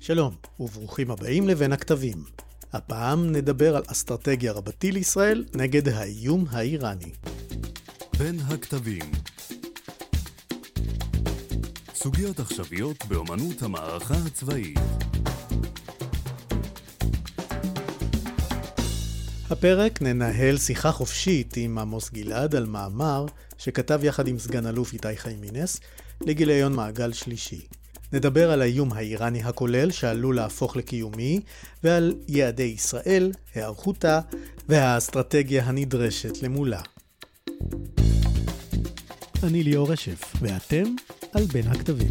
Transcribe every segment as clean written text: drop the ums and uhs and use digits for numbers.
שלום, וברוכים הבאים לבין הכתבים. הפעם נדבר על אסטרטגיה רבתי לישראל נגד האיום האיראני. בין הכתבים. סוגיות עכשוויות באמנות המערכה הצבאית. הפרק ננהל שיחה חופשית עם עמוס גלעד על מאמר שכתב יחד עם סגן אלוף איתי חיימינס לגיליון מעגל שלישי. נדבר על האיום האיראני הכולל שעלול להפוך לקיומי ועל יעדי ישראל, היערכותה והאסטרטגיה הנדרשת למולה. אני ליאור רשף ואתם על בין הכתבים.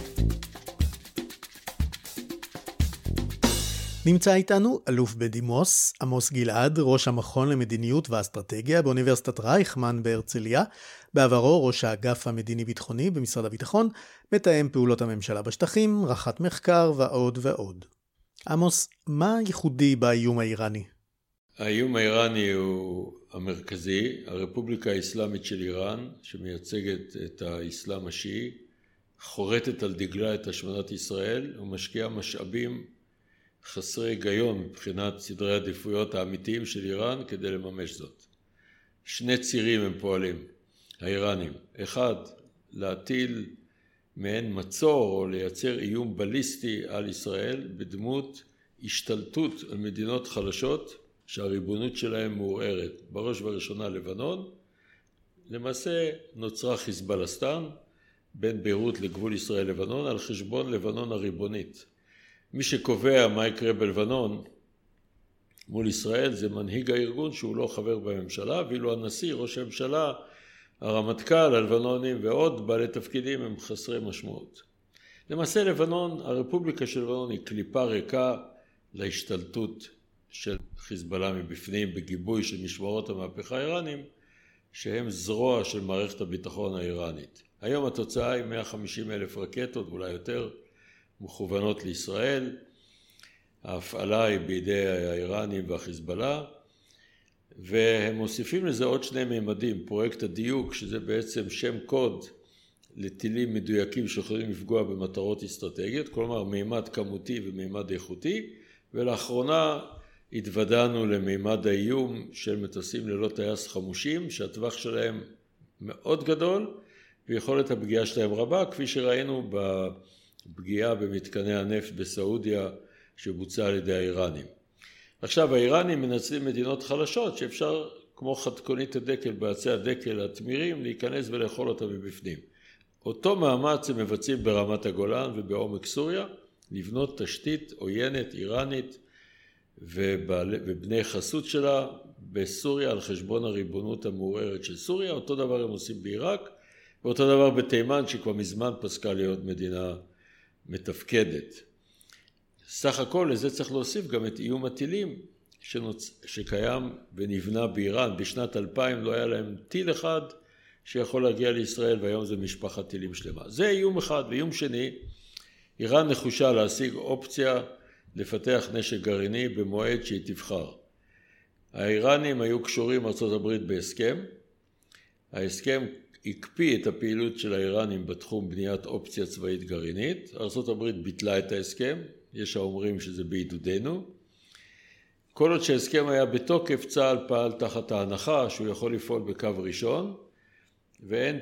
נמצא איתנו אלוף בדימוס עמוס גלעד, ראש המכון למדיניות ואסטרטגיה באוניברסיטת רייכמן בהרצליה, בעברו ראש האגף המדיני-ביטחוני במשרד הביטחון, מתאם פעולות הממשלה בשטחים, רח"ט מחקר ועוד ועוד. עמוס, מה ייחודי באיום האיראני? האיום האיראני הוא המרכזי, הרפובליקה האסלאמית של איראן, שמייצגת את האסלאם השיעי, חורטת על דגלה את השמדת ישראל ומשקיעה משאבים חסרי היגיון מבחינת סדרי העדיפויות האמיתיים של איראן כדי לממש זאת. שני צירים הם פועלים, האיראנים. אחד, להטיל מעין מצור או לייצר איום בליסטי על ישראל בדמות השתלטות על מדינות חלשות שהריבונות שלהם מעורערת. בראש ובראשונה לבנון. למעשה נוצרה חיזבאלסטן בין ביירות לגבול ישראל-לבנון על חשבון לבנון הריבונית. מי שקובע מה יקרה בלבנון מול ישראל זה מנהיג הארגון שהוא לא חבר בממשלה, ואילו הנשיא, ראש הממשלה, הרמטכ"ל, הלבנונים ועוד בעלי תפקידים הם חסרי משמעות. למעשה לבנון, הרפובליקה של לבנון היא קליפה ריקה להשתלטות של חיזבאללה מבפנים בגיבוי של משמרות המהפכה האיראנים, שהם זרוע של מערכת הביטחון האיראנית. היום התוצאה היא 150,000 רקטות, אולי יותר, מכוונות לישראל. ההפעלה היא בידי האיראנים והחיזבאללה, והם מוסיפים לזה עוד שני מימדים, פרויקט הדיוק, שזה בעצם שם קוד לטילים מדויקים שיכולים לפגוע במטרות אסטרטגיות, כלומר מימד כמותי ומימד איכותי, ולאחרונה התוודענו למימד האיום של מטוסים ללא טייס חמושים, שהטווח שלהם מאוד גדול, ויכולת הפגיעה שלהם רבה, כפי שראינו בפגיעה במתקני הנפט בסעודיה שבוצעה על ידי האיראנים. עכשיו האיראנים מנצלים מדינות חלשות שאפשר כמו חתקונית הדקל בעצי הדקל התמירים להיכנס ולאכול אותה מבפנים. אותו מאמץ הם מבצעים ברמת הגולן ובעומק סוריה, לבנות תשתית עוינת איראנית ובני חסות שלה בסוריה על חשבון הריבונות המעורערת של סוריה. אותו דבר הם עושים בעיראק, ואותו דבר בתימן שכבר מזמן פסקה להיות מדינה מתפקדת. סך הכל לזה צריך להוסיף גם את איום הטילים שקיים ונבנה באיראן. בשנת 2000 לא היה להם טיל אחד שיכול להגיע לישראל, והיום זה משפחת טילים שלמה. זה איום אחד. ואיום שני, איראן נחושה להשיג אופציה לפתח נשק גרעיני במועד שהיא תבחר. האיראנים היו קשורים ארצות הברית בהסכם. ההסכם הקפיא את הפעילות של האיראנים בתחום בניית אופציה צבאית גרעינית. ארצות הברית ביטלה את ההסכם, יש האומרים שזה בעידודנו. כל עוד שההסכם היה בתוקף, צה"ל פעל תחת ההנחה שהוא יכול לפעול בקו ראשון, ואין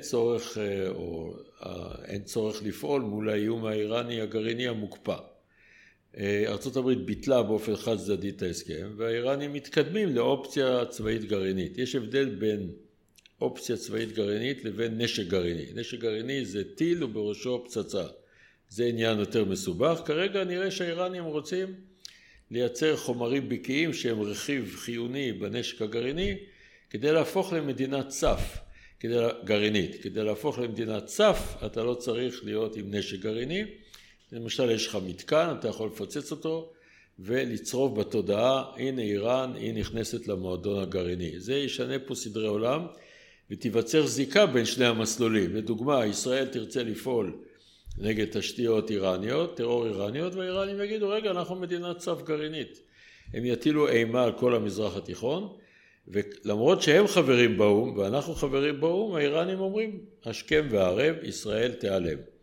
צורך לפעול מול האיום האיראני הגרעיני המוקפא. ארצות הברית ביטלה באופן חד צדדי את ההסכם, והאיראנים מתקדמים לאופציה צבאית גרעינית. יש הבדל בין אופציה צבאית גרעינית לבין נשק גרעיני. נשק גרעיני זה טיל ובראשו פצצה. זה עניין יותר מסובך. כרגע נראה שהאיראנים רוצים לייצר חומרים בקיעים שהם רכיב חיוני בנשק הגרעיני, כדי להפוך למדינת צף גרעינית. כדי להפוך למדינת צף אתה לא צריך להיות עם נשק גרעיני. למשל יש לך מתקן, אתה יכול לפוצץ אותו ולצרוב בתודעה, הנה איראן, היא נכנסת למועדון הגרעיני. זה ישנה פה סדרי עולם ותיווצר זיקה בין שני המסלולים. לדוגמה, ישראל תרצה לפעול נגד תשתיות איראניות, טרור איראניות, והאיראנים יגידו, רגע, אנחנו מדינת צף גרעינית. הם יטילו אימה על כל המזרח התיכון, ולמרות שהם חברים באום, ואנחנו חברים באום, האיראנים אומרים, השכם והערב, ישראל תיעלם.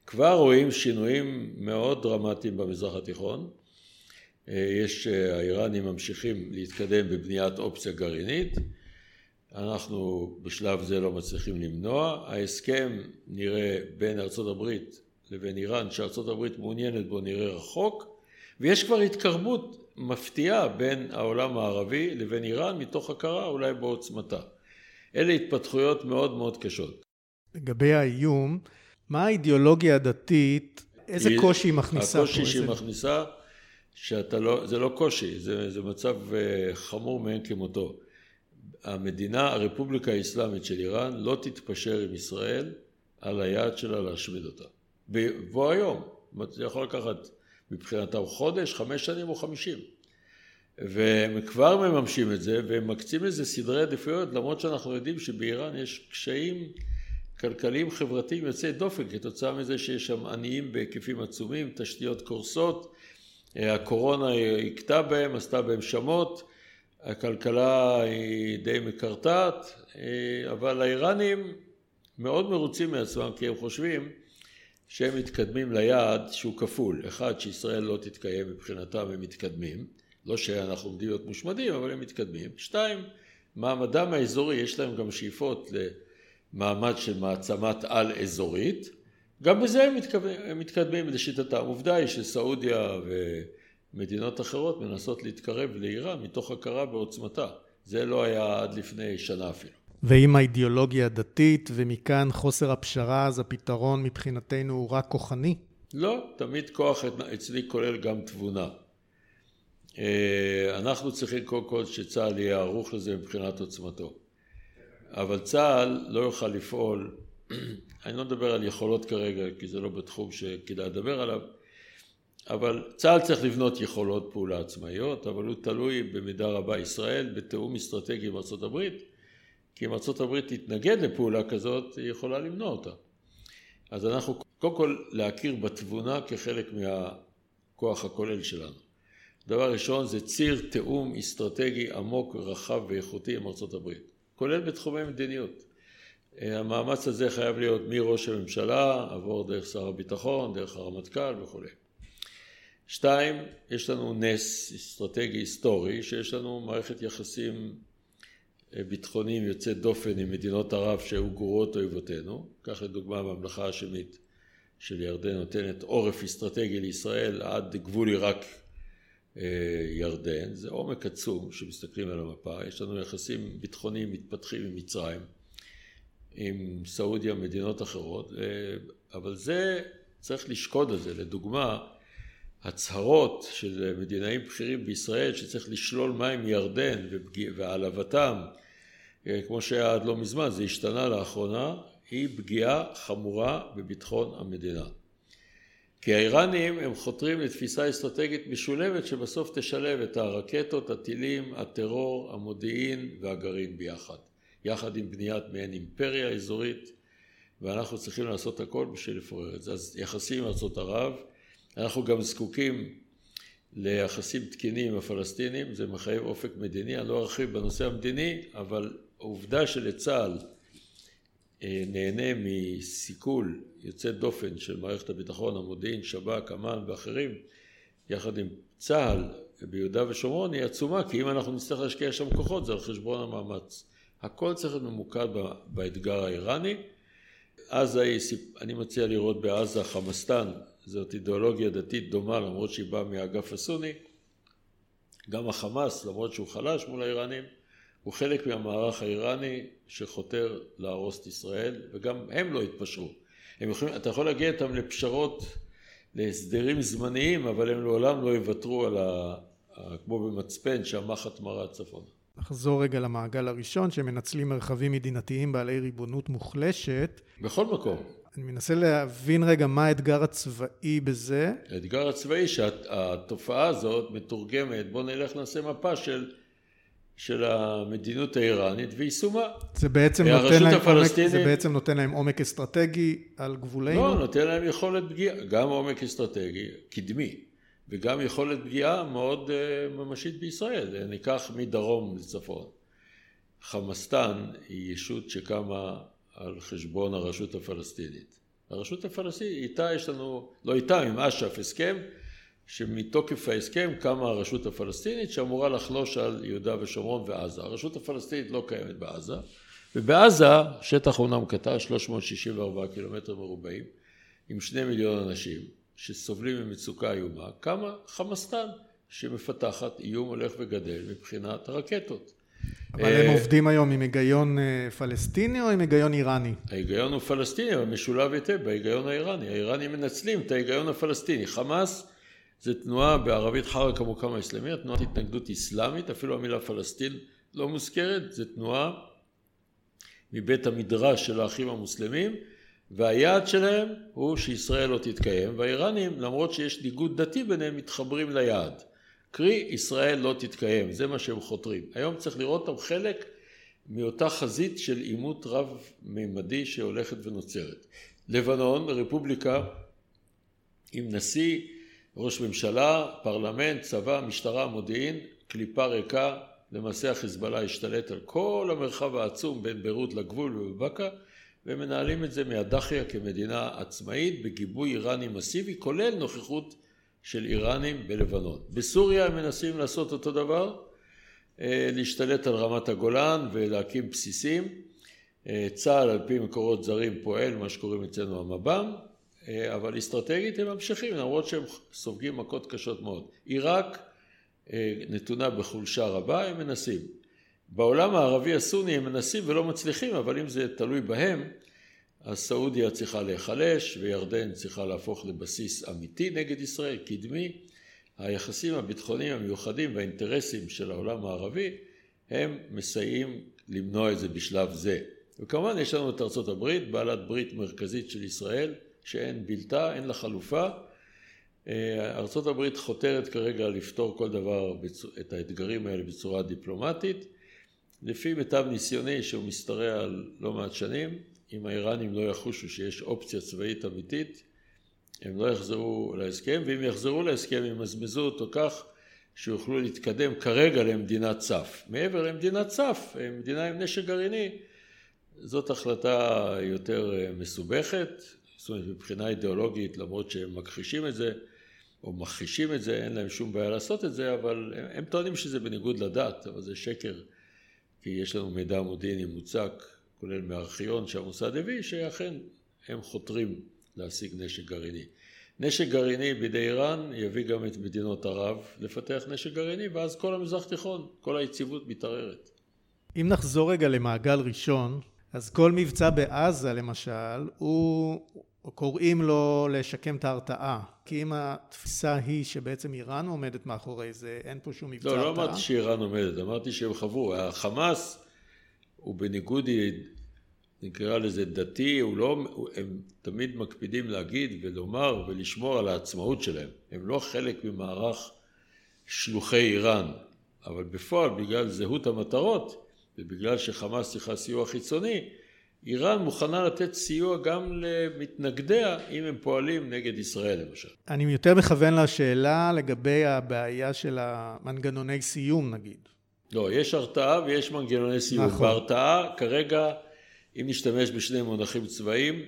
כבר רואים שינויים מאוד דרמטיים במזרח התיכון. האיראנים ממשיכים להתקדם בבניית אופציה גרעינית. אנחנו בשלב זה לא מצליחים למנוע. ההסכם נראה בין ארצות הברית לבין איראן, שארצות הברית מעוניינת בו, נראה רחוק, ויש כבר התקרבות מפתיעה בין העולם הערבי לבין איראן, מתוך הכרה אולי בעוצמתה. אלה התפתחויות מאוד מאוד קשות. לגבי האיום, מה האידיאולוגיה הדתית, איזה קושי היא מכניסה פה? הקושי שהיא מכניסה, זה לא קושי, זה מצב חמור מאין כמותו. המדינה, הרפובליקה האסלאמית של איראן, לא תתפשר עם ישראל על היעד שלה להשמיד אותה. בבוא היום, זה יכול לקחת מבחינתם חודש, 5 שנים או 50. והם כבר מממשים את זה, והם מקצים לזה סדרי עדיפויות, למרות שאנחנו יודעים שבאיראן יש קשיים כלכליים חברתיים יוצאי דופן, כתוצאה מזה שיש שם עניים בהיקפים עצומים, תשתיות קורסות, הקורונה הכתה בהם, עשתה בהם שמות, הכלכלה היא די מקרטעת, אבל האיראנים מאוד מרוצים מעצמם, כי הם חושבים שהם מתקדמים ליעד שהוא כפול. אחד, שישראל לא תתקיים מבחינתם, הם מתקדמים. לא שאנחנו עומדים להיות מושמדים, אבל הם מתקדמים. 2, מעמדם האזורי, יש להם גם שאיפות למעמד של מעצמת על אזורית. גם בזה הם מתקדמים לשיטתם. העובדה היא שסעודיה ומדינות אחרות מנסות להתקרב לאיראן מתוך הכרה בעוצמתה. זה לא היה עד לפני שנה אפילו. ועם האידיאולוגיה הדתית, ומכאן חוסר הפשרה, אז הפתרון מבחינתנו הוא רק כוחני? לא, תמיד כוח אצלי כולל גם תבונה. אנחנו צריכים קודם כל שצה"ל יהיה ערוך לזה מבחינת עוצמתו. אבל צה"ל לא יוכל לפעול, אני לא מדבר על יכולות כרגע, כי זה לא בתחום שכדאי לדבר עליו, אבל צה"ל צריך לבנות יכולות פעולה עצמאיות, אבל הוא תלוי במידה רבה ישראל, בתאום אסטרטגי עם ארצות הברית, כי אם ארצות הברית תתנגד לפעולה כזאת, היא יכולה למנוע אותה. אז אנחנו קודם כל להכיר בתבונה כחלק מהכוח הכולל שלנו. דבר ראשון זה ציר תאום אסטרטגי עמוק, רחב ואיכותי עם ארצות הברית, כולל בתחומי מדיניות. המאמץ הזה חייב להיות מראש הממשלה, עבור דרך שר הביטחון, דרך הרמטכ"ל וכו'. 2, יש לנו נס אסטרטגי היסטורי, שיש לנו מערכת יחסים ביטחוניים יוצא דופן עם מדינות ערב שהיו גרועות אויבותינו. כך לדוגמה הממלכה השמית של ירדן נותנת עורף אסטרטגי לישראל עד גבול עיראק ירדן. זה עומק עצום שמסתכלים על המפה. יש לנו יחסים ביטחוניים מתפתחים עם מצרים, עם סעודיה, מדינות אחרות, אבל זה צריך לשקוד על זה. לדוגמה, הצהרות של מדינאים בכירים בישראל שצריך לשלול מים מירדן והעלבתם, כמו שהיה עד לא מזמן, זה השתנה לאחרונה, היא פגיעה חמורה בביטחון המדינה. כי האיראנים הם חותרים לתפיסה אסטרטגית משולבת שבסוף תשלב את הרקטות, הטילים, הטרור, המודיעין והגרעין ביחד. יחד עם בניית מעין אימפריה אזורית, ואנחנו צריכים לעשות הכל בשביל לפורר את זה. אז יחסים עם ארצות ערב, אנחנו גם זקוקים ליחסים תקינים עם הפלסטינים, זה מחייב אופק מדיני, אני לא ארחיב בנושא המדיני, אבל העובדה שלצה"ל נהנה מסיכול יוצא דופן של מערכת הביטחון, המודיעין, שב"כ, אמ"ן ואחרים, יחד עם צה"ל ביהודה ושומרון היא עצומה, כי אם אנחנו נצטרך להשקיע שם כוחות זה על חשבון המאמץ. הכל צריך להיות ממוקד באתגר האיראני. אני מציע לראות בעזה חמאסטן, זאת אידיאולוגיה דתית דומה למרות שהיא באה מהאגף הסוני. גם החמאס, למרות שהוא חלש מול האיראנים, הוא חלק מהמערך האיראני שחותר להרוס את ישראל, וגם הם לא התפשרו. אתה יכול להגיע איתם לפשרות, להסדרים זמניים, אבל הם לעולם לא יוותרו על כמו במצפן שהמחט מרה צפונה. נחזור רגע למעגל הראשון, שמנצלים מרחבים מדינתיים בעלי ריבונות מוחלשת. בכל מקום. אני מנסה להבין רגע מה האתגר הצבאי בזה. האתגר הצבאי שהתופעה הזאת מתורגמת, בוא נלך נעשה מפה של המדינות האיראנית ויישומה. זה בעצם נותן להם עומק אסטרטגי על גבולנו? לא, נותן להם יכולת פגיעה, גם עומק אסטרטגי, קדמי, וגם יכולת פגיעה מאוד ממשית בישראל. ניקח מדרום לצפון. חמאסטן היא ישות שקמה על חשבון הרשות הפלסטינית. הרשות הפלסטינית, איתה יש לנו, לא איתה, עם אש"ף הסכם, שמתוקף ההסכם קמה הרשות הפלסטינית שאמורה לחלוש על יהודה ושומרון ועזה. הרשות הפלסטינית לא קיימת בעזה, ובעזה שטח אומנם קטן, 364 קילומטר מרובעים, עם 2 מיליון אנשים שסובלים ממצוקה איומה, קמה חמאסטן שמפתחת איום הולך וגדל מבחינת הרקטות. אבל הם עובדים היום עם היגיון פלסטיני או עם היגיון איראני? ההיגיון הוא פלסטיני, אבל משולב היטב בהיגיון האיראני. האיראנים מנצלים את ההיגיון הפלסטיני. חמאס זה תנועה בערבית חרק המוקם האסלאמי, תנועת התנגדות אסלאמית, אפילו המילה פלסטין לא מוזכרת, זה תנועה מבית המדרש של האחים המוסלמים, והיעד שלהם הוא שישראל לא תתקיים, והאיראנים, למרות שיש ניגוד דתי ביניהם, מתחברים ליעד. קרי, ישראל לא תתקיים, זה מה שהם חותרים. היום צריך לראות אותם חלק מאותה חזית של עימות רב-ממדי שהולכת ונוצרת. לבנון, רפובליקה עם נשיא, ראש ממשלה, פרלמנט, צבא, משטרה, מודיעין, קליפה ריקה, למעשה החיזבאללה השתלט על כל המרחב העצום בין ביירות לגבול ובבקה, ומנהלים את זה מהדחיה כמדינה עצמאית בגיבוי איראני מסיבי, כולל נוכחות של איראנים בלבנון. בסוריה הם מנסים לעשות אותו דבר, להשתלט על רמת הגולן ולהקים בסיסים. צה"ל על פי מקורות זרים פועל, מה שקוראים אצלנו המב"ם, אבל אסטרטגית הם ממשיכים, למרות שהם סופגים מכות קשות מאוד. עיראק נתונה בחולשה רבה, הם מנסים. בעולם הערבי הסוני הם מנסים ולא מצליחים, אבל אם זה תלוי בהם, אז סעודיה צריכה להיחלש וירדן צריכה להפוך לבסיס אמיתי נגד ישראל, קדמי. היחסים הביטחוניים המיוחדים והאינטרסים של העולם הערבי, הם מסייעים למנוע את זה בשלב זה. וכמובן יש לנו את ארצות הברית, בעלת ברית מרכזית של ישראל, שאין בלתה, אין לה חלופה. ארצות הברית חותרת כרגע לפתור כל דבר, את האתגרים האלה בצורה דיפלומטית. לפי מיטב ניסיוני שהוא משתרע על לא מעט שנים, אם האיראנים לא יחושו שיש אופציה צבאית אמיתית, הם לא יחזרו להסכם, ואם יחזרו להסכם הם ימזמזו אותו כך שיוכלו להתקדם כרגע למדינת צף. מעבר למדינת צף, מדינה עם נשק גרעיני, זאת החלטה יותר מסובכת, זאת אומרת מבחינה אידיאולוגית, למרות שהם מכחישים את זה, או מכחישים את זה, אין להם שום בעיה לעשות את זה, אבל הם טוענים שזה בניגוד לדת, אבל זה שקר, כי יש לנו מידע מודיעיני מוצק, כולל מארכיון שהמוסד הביא, שאכן הם חותרים להשיג נשק גרעיני. נשק גרעיני בידי איראן יביא גם את מדינות ערב לפתח נשק גרעיני, ואז כל המזרח תיכון, כל היציבות מתערערת. אם נחזור רגע למעגל ראשון, אז כל מבצע בעזה למשל, קוראים לו לשקם את ההרתעה. כי אם התפיסה היא שבעצם איראן עומדת מאחורי זה, אין פה שום מבצע הרתעה. לא אמרתי שאיראן עומדת, אמרתי שהם חברו. החמאס הוא בניגוד, נקרא לזה דתי, הם תמיד מקפידים להגיד ולומר ולשמור על העצמאות שלהם. הם לא חלק ממערך שלוחי איראן, אבל בפועל בגלל זהות המטרות, ובגלל שחמאס צריכה סיוע חיצוני, איראן מוכנה לתת סיוע גם למתנגדיה אם הם פועלים נגד ישראל למשל. אני יותר מכוון לשאלה לגבי הבעיה של המנגנוני סיום נגיד. לא, יש הרתעה ויש מנגנוני סיום. נכון. בהרתעה כרגע, אם נשתמש בשני מונחים צבאיים,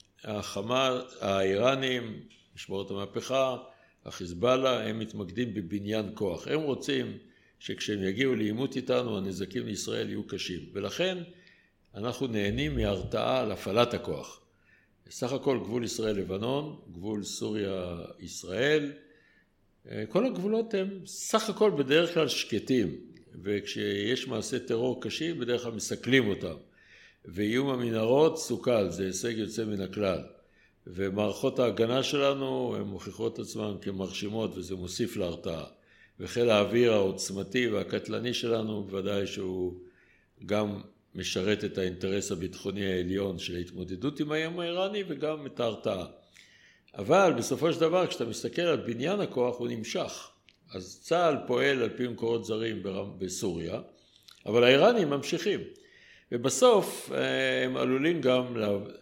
האיראנים, משמרות המהפכה, החיזבאללה, הם מתמקדים בבניין כוח. הם רוצים שכשהם יגיעו לעימות איתנו, הנזקים לישראל יהיו קשים. ולכן אנחנו נהנים מהרתעה על הפעלת הכוח. סך הכל גבול ישראל-לבנון, גבול סוריה-ישראל, כל הגבולות הם סך הכל בדרך כלל שקטים, וכשיש מעשה טרור קשים בדרך כלל מסכלים אותם. ואיום המנהרות סוכל, זה הישג יוצא מן הכלל. ומערכות ההגנה שלנו הן מוכיחות עצמן כמרשימות וזה מוסיף להרתעה. וחיל האוויר העוצמתי והקטלני שלנו בוודאי שהוא גם משרת את האינטרס הביטחוני העליון של ההתמודדות עם האיום האיראני וגם את ההרתעה. אבל בסופו של דבר כשאתה מסתכל על בניין הכוח הוא נמשך. אז צה"ל פועל על פי מקורות זרים בסוריה, אבל האיראנים ממשיכים. ובסוף הם עלולים גם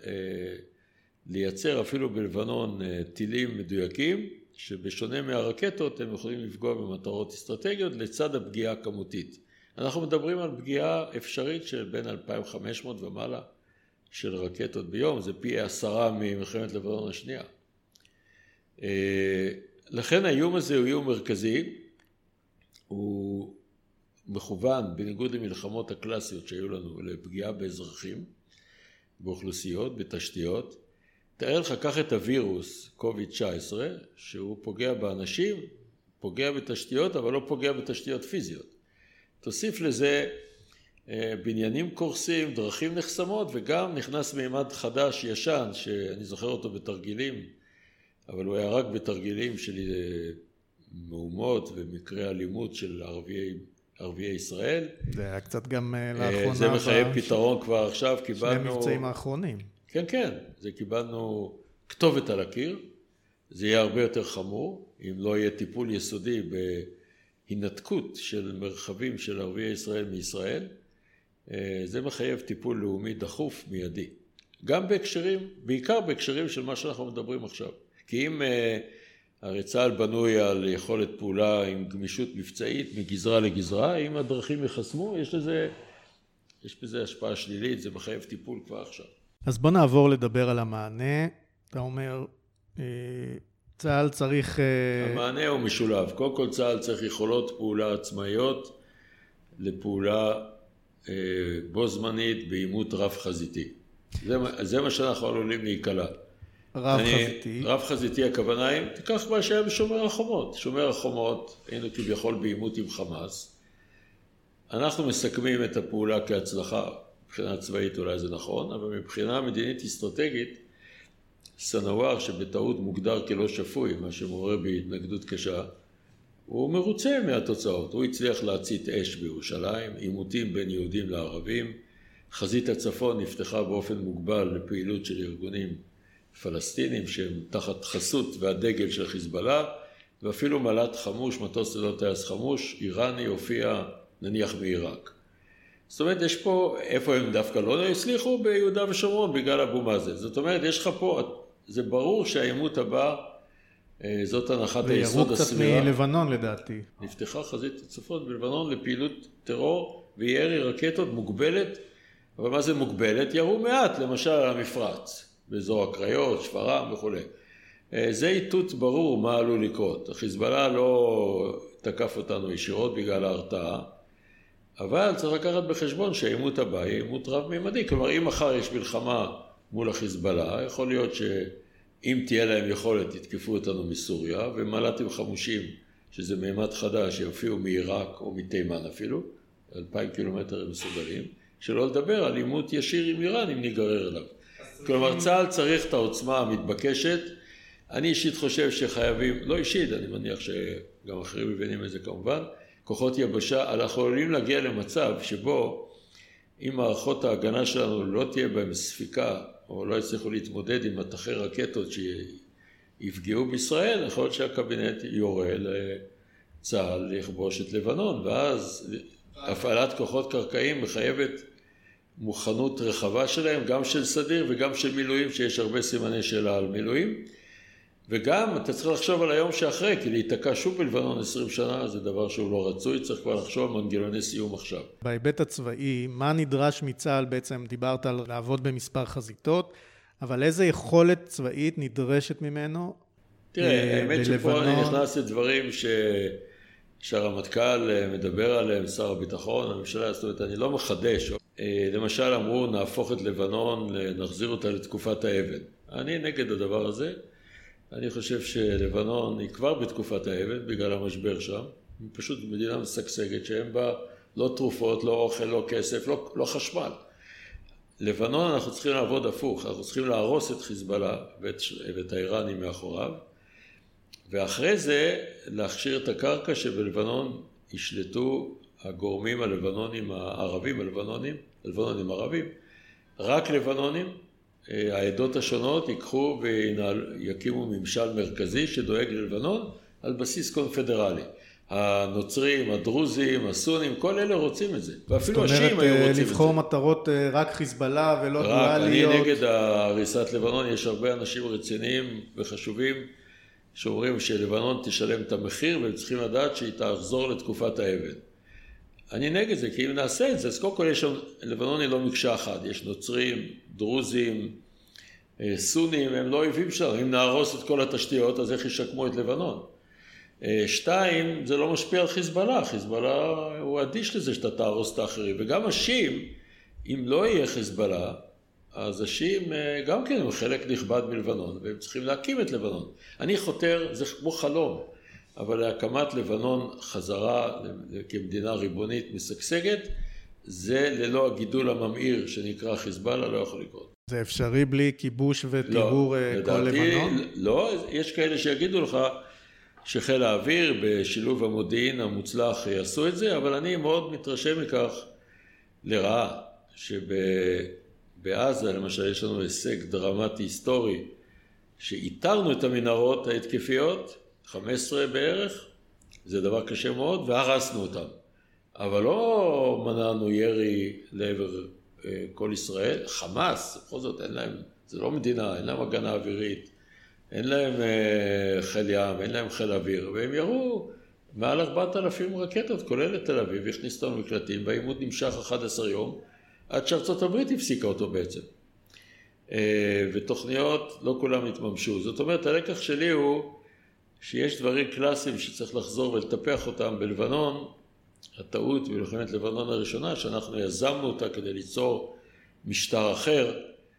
לייצר אפילו בלבנון טילים מדויקים, שבשונה מהרקטות הם יכולים לפגוע במטרות אסטרטגיות לצד הפגיעה הכמותית. אנחנו מדברים על פגיעה אפשרית של בין 2,500 ומעלה של רקטות ביום, זה פי 10 ממלחמת לבנון השנייה. לכן האיום הזה הוא איום מרכזי, הוא מכוון בניגוד למלחמות הקלאסיות שהיו לנו, לפגיעה באזרחים, באוכלוסיות, בתשתיות. תאר לך, קח את הווירוס, COVID-19, שהוא פוגע באנשים, פוגע בתשתיות, אבל לא פוגע בתשתיות פיזיות. תוסיף לזה בניינים קורסים, דרכים נחסמות, וגם נכנס מימד חדש, ישן, שאני זוכר אותו בתרגילים, אבל הוא היה רק בתרגילים של מהומות ומקרי אלימות של ערביי ישראל. זה היה קצת גם לאחרונה. זה מחייב פתרון כבר עכשיו, קיבלנו... שני מבצעים האחרונים. כן, כן, זה קיבלנו כתובת על הקיר, זה יהיה הרבה יותר חמור, אם לא יהיה טיפול יסודי בהינתקות של מרחבים של ערביי ישראל מישראל, זה מחייב טיפול לאומי דחוף מיידי. גם בהקשרים, בעיקר בהקשרים של מה שאנחנו מדברים עכשיו. כי אם הרי צה"ל בנוי על יכולת פעולה עם גמישות מבצעית מגזרה לגזרה, אם הדרכים יחסמו, יש בזה השפעה שלילית, זה מחייב טיפול כבר עכשיו. אז בוא נעבור לדבר על המענה. אתה אומר, צה"ל צריך... המענה הוא משולב. קודם כל צה"ל צריך יכולות פעולה עצמאיות לפעולה בו זמנית בעימות רב חזיתי. זה מה שאנחנו עלולים להיקלע. רב חזיתי. רב חזיתי הכוונה היא, תיקח מה שהיה בשומר החומות. שומר החומות, היינו כביכול בעימות עם חמאס. אנחנו מסכמים את הפעולה כהצלחה. מבחינה צבאית אולי זה נכון, אבל מבחינה מדינית אסטרטגית, סנוואר שבטעות מוגדר כלא שפוי, מה שמעורר בהתנגדות קשה, הוא מרוצה מהתוצאות. הוא הצליח להצית אש בירושלים, עימותים בין יהודים לערבים, חזית הצפון נפתחה באופן מוגבל לפעילות של ארגונים פלסטינים שהם תחת חסות והדגל של חיזבאללה, ואפילו מל"ט חמוש, מטוס ללא טייס חמוש, איראני הופיע נניח בעיראק. זאת אומרת, יש פה, איפה הם דווקא לא הצליחו? ביהודה ושומרון, בגלל אבו מאזן. זאת אומרת, יש לך פה, זה ברור שהעימות הבא, זאת הנחת היסוד הסבירה. וירו קצת מלבנון לדעתי. נפתחה חזית הצפון בלבנון לפעילות טרור וירי רקטות מוגבלת, אבל מה זה מוגבלת? ירו מעט, למשל על המפרץ, באזור הקריות, שפרעם וכו'. זה איתות ברור מה עלול לקרות. החיזבאללה לא תקף אותנו ישירות בגלל ההרתעה, אבל צריך לקחת בחשבון שהעימות הבא היא עימות רב-ממדי. כלומר, אם מחר יש מלחמה מול החיזבאללה, יכול להיות שאם תהיה להם יכולת, יתקפו אותנו מסוריה, ומל"טים חמושים, שזה מימד חדש, שיופיעו מעיראק או מתימן אפילו, 2,000 קילומטר הם מסוגלים, שלא לדבר על עימות ישיר עם איראן, אם ניגרר אליו. כלומר, צה"ל צריך את העוצמה המתבקשת. אני אישית חושב שחייבים, לא אישית, אני מניח שגם אחרים מבינים את זה כמובן, כוחות יבשה, אנחנו יכולים להגיע למצב שבו אם מערכות ההגנה שלנו לא תהיה בהם ספיקה, או לא יצליחו להתמודד עם מטחי רקטות שיפגעו בישראל, יכול להיות שהקבינט יורה לצה"ל לכבוש את לבנון, ואז הפעלת כוחות קרקעיים מחייבת מוכנות רחבה שלהם, גם של סדיר וגם של מילואים, שיש הרבה סימני שאלה על מילואים. וגם אתה צריך לחשוב על היום שאחרי, כי להיתקע שוב בלבנון 20 שנה זה דבר שהוא לא רצוי, צריך כבר לחשוב על מנגנוני סיום עכשיו. בהיבט הצבאי, מה נדרש מצה"ל? בעצם דיברת על לעבוד במספר חזיתות, אבל איזה יכולת צבאית נדרשת ממנו? תראה, האמת שפה אני נכנס לדברים שהרמטכ"ל מדבר עליהם, שר הביטחון, הממשלה, זאת אומרת, אני לא מחדש. למשל אמרו, נהפוך את לבנון, נחזיר אותה לתקופת האבן. אני נגד הדבר הזה. אני חושב שלבנון היא כבר בתקופת האבן, בגלל המשבר שם. היא פשוט מדינה משגשגת, שאין בה לא תרופות, לא אוכל, לא כסף, לא חשמל. לבנון אנחנו צריכים לעבוד הפוך, אנחנו צריכים להרוס את חיזבאללה ואת האיראנים מאחוריו, ואחרי זה להכשיר את הקרקע שבלבנון ישלטו הגורמים הלבנונים הערבים, הלבנונים ערבים, רק לבנונים, העדות השונות ייקחו ויקימו ממשל מרכזי שדואג ללבנון על בסיס קונפדרלי. הנוצרים, הדרוזים, הסונים, כל אלה רוצים את זה. ואפילו השיעים היו רוצים את זה. לבחור מטרות רק חיזבאללה ולא דואליות. אני נגד הריסת לבנון, יש הרבה אנשים רציניים וחשובים שאומרים שלבנון תשלם את המחיר והם צריכים לדעת שהיא תחזור לתקופת האבן. אני נגד זה, כי אם נעשה את זה, אז קודם כל לבנון היא לא מקשה אחת, יש נוצרים, דרוזים, סונים, הם לא אויבים שלנו, אם נהרוס את כל התשתיות, אז איך ישקמו את לבנון? 2, זה לא משפיע על חיזבאללה, חיזבאללה הוא אדיש לזה שאתה תהרוס את האחרים, וגם השיעים, אם לא יהיה חיזבאללה, אז השיעים גם כן הם חלק נכבד מלבנון, והם צריכים להקים את לבנון. אני חותר, זה כמו חלום, אבל להקמת לבנון חזרה כמדינה ריבונית משגשגת, זה ללא הגידול הממאיר שנקרא חיזבאללה לא יכול לקרות. זה אפשרי בלי כיבוש וטיהור כל לבנון? לא, יש כאלה שיגידו לך שחיל האוויר בשילוב המודיעין המוצלח יעשו את זה, אבל אני מאוד מתרשם מכך לרעה, שבעזה למשל יש לנו הישג דרמטי היסטורי, שאיתרנו את המנהרות ההתקפיות, 15 בערך, זה דבר קשה מאוד, והרסנו אותם. אבל לא מנענו ירי לעבר כל ישראל. חמאס, בכל זאת אין להם, זה לא מדינה, אין להם הגנה אווירית, אין להם חיל ים, אין להם חיל אוויר, והם ירו מעל 4,000 רקטות, כולל את תל אביב, הכניס אותנו מקלטים, והעימות נמשך 11 יום, עד שארצות הברית הפסיקה אותו בעצם. ותוכניות לא כולם התממשו. זאת אומרת, הלקח שלי הוא שיש דברים קלאסיים שצריך לחזור ולטפח אותם בלבנון. הטעות במלחמת לבנון הראשונה, שאנחנו יזמנו אותה כדי ליצור משטר אחר,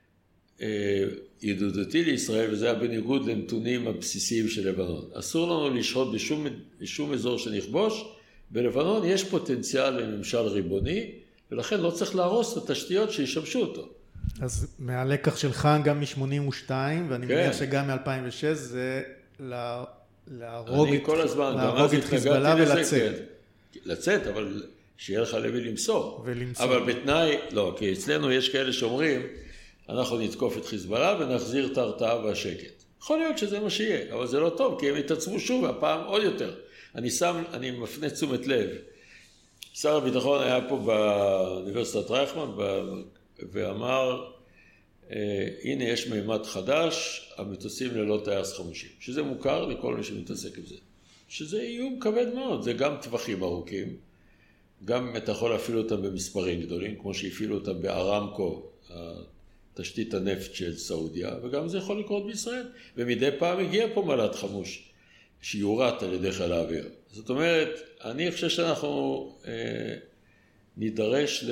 ידידותי לישראל, וזה היה בניגוד לנתונים הבסיסיים של לבנון. אסור לנו לשהות בשום אזור שנכבוש. בלבנון יש פוטנציאל לממשל ריבוני, ולכן לא צריך להרוס את התשתיות שישמשו אותו. אז מהלקח שלך גם מ-82, ואני מניח שגם מ-2006, זה להרוג את חיזבאללה ולצאת. לצאת, אבל שיהיה לך למי למסור. אבל בתנאי, לא, כי אצלנו יש כאלה שאומרים, אנחנו נתקוף את חיזבאללה ונחזיר את ההרתעה והשקט. יכול להיות שזה מה שיהיה, אבל זה לא טוב, כי הם יתעצמו שוב, והפעם עוד יותר. אני מפנה תשומת לב. שר הביטחון היה פה באוניברסיטת רייכמן, ואמר, הנה יש מימד חדש, המטוסים ללא טייס חמושים, שזה מוכר לכל מי שמתעסק עם זה. שזה איום כבד מאוד, זה גם טווחים ארוכים, גם אתה יכול להפעיל אותם במספרים גדולים, כמו שהפעילו אותם בארמקו, תשתית הנפט של סעודיה, וגם זה יכול לקרות בישראל. ומדי פעם הגיע פה מל"ט חמוש, שיורט על ידי חיל האוויר. זאת אומרת, אני חושב שאנחנו נידרש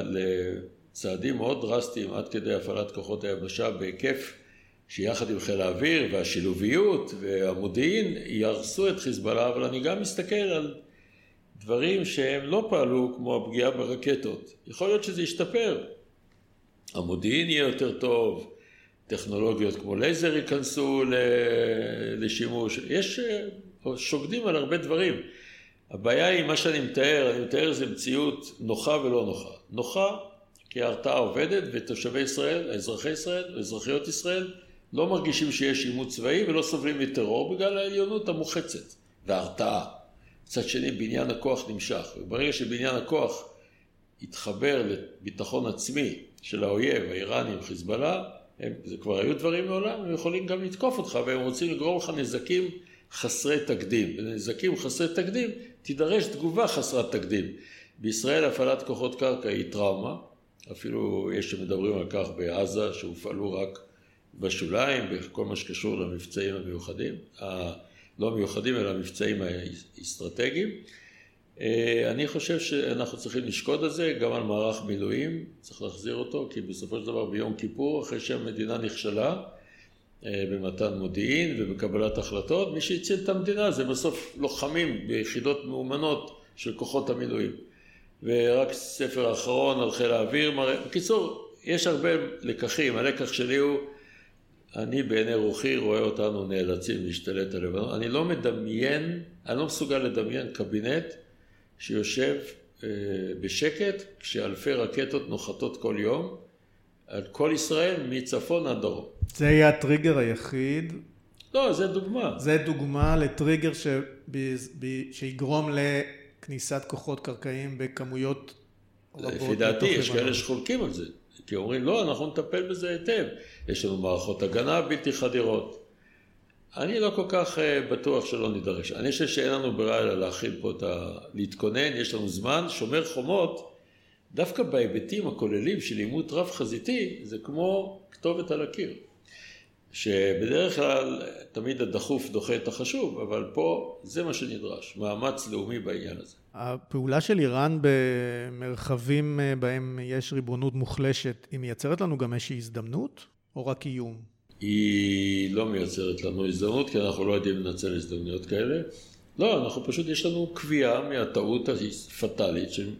לצעדים מאוד דרסטיים, עד כדי הפעלת כוחות היבשה בהיקף, שיחד עם חיל האוויר והשילוביות והמודיעין ירסו את חיזבאללה, אבל אני גם מסתכל על דברים שהם לא פעלו כמו הפגיעה ברקטות. יכול להיות שזה ישתפר. המודיעין יהיה יותר טוב, טכנולוגיות כמו לייזר ייכנסו לשימוש. יש שוקדים על הרבה דברים. הבעיה היא מה שאני מתאר זה מציאות נוחה ולא נוחה. נוחה כי ההרתעה עובדת ותושבי ישראל, אזרחי ישראל ואזרחיות ישראל לא מרגישים שיש עימות צבאי ולא סובלים מטרור בגלל העליונות המוחצת וההרתעה. מצד שני, בניין הכוח נמשך, וברגע שבניין הכוח יתחבר לביטחון עצמי של האויב, האיראנים, חיזבאללה, זה כבר היו דברים מעולם, הם יכולים גם לתקוף אותך, והם רוצים לגרום לך נזקים חסרי תקדים. בנזקים חסרי תקדים, תידרש תגובה חסרת תקדים. בישראל הפעלת כוחות קרקע היא טראומה, אפילו יש שמדברים על כך בעזה, שהופעלו רק בשוליים, בכל מה שקשור למבצעים המיוחדים, לא המיוחדים, אלא המבצעים האסטרטגיים. אני חושב שאנחנו צריכים לשקוד על זה, גם על מערך מילואים, צריך להחזיר אותו, כי בסופו של דבר ביום כיפור, אחרי שהמדינה נכשלה, במתן מודיעין ובקבלת החלטות, מי שהציל את המדינה זה בסוף לוחמים ביחידות מאומנות של כוחות המילואים. ורק ספר האחרון על חיל האוויר מראה, בקיצור, יש הרבה לקחים, הלקח שלי הוא, אני בעיני רוחי רואה אותנו נאלצים להשתלט על לבנון, אני לא מסוגל לדמיין קבינט שיושב בשקט כשאלפי רקטות נוחתות כל יום על כל ישראל מצפון עד דרום. זה יהיה הטריגר היחיד? לא, זה דוגמה. זה דוגמה לטריגר שיגרום לכניסת כוחות קרקעיים בכמויות רבות. לפי דעתי, יש כאלה שחולקים על זה. כי אומרים, לא, אנחנו נטפל בזה היטב. יש לנו מערכות הגנה בלתי חדירות. אני לא כל כך בטוח שלא נידרש. אני חושב שאין לנו ברירה אלא להכין פה להתכונן, יש לנו זמן. שומר חומות, דווקא בהיבטים הכוללים של עימות רב חזיתי, זה כמו כתובת על הקיר. שבדרך כלל תמיד הדחוף דוחה את החשוב, אבל פה זה מה שנדרש, מאמץ לאומי בעניין הזה. הפעולה של איראן במרחבים בהם יש ריבונות מוחלשת, היא מייצרת לנו גם איזושהי הזדמנות או רק איום? היא לא מייצרת לנו הזדמנות, כי אנחנו לא יודעים לנצל הזדמנויות כאלה. לא, אנחנו פשוט, יש לנו קביעה מהטעות הפטלית של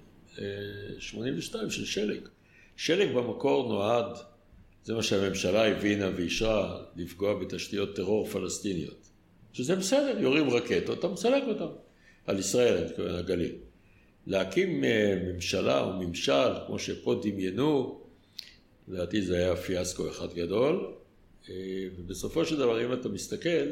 82 של שלג. שלג במקור נועד, זה מה שהממשלה הבינה ואישרה, לפגוע בתשתיות טרור פלסטיניות. שזה בסדר, יורים רקטות, אתה מסלק אותם. על ישראל, אני מתכוון, הגליל. להקים ממשלה או ממשל, כמו שפה דמיינו, לדעתי זה היה פיאסקו אחד גדול, ובסופו של דבר, אם אתה מסתכל,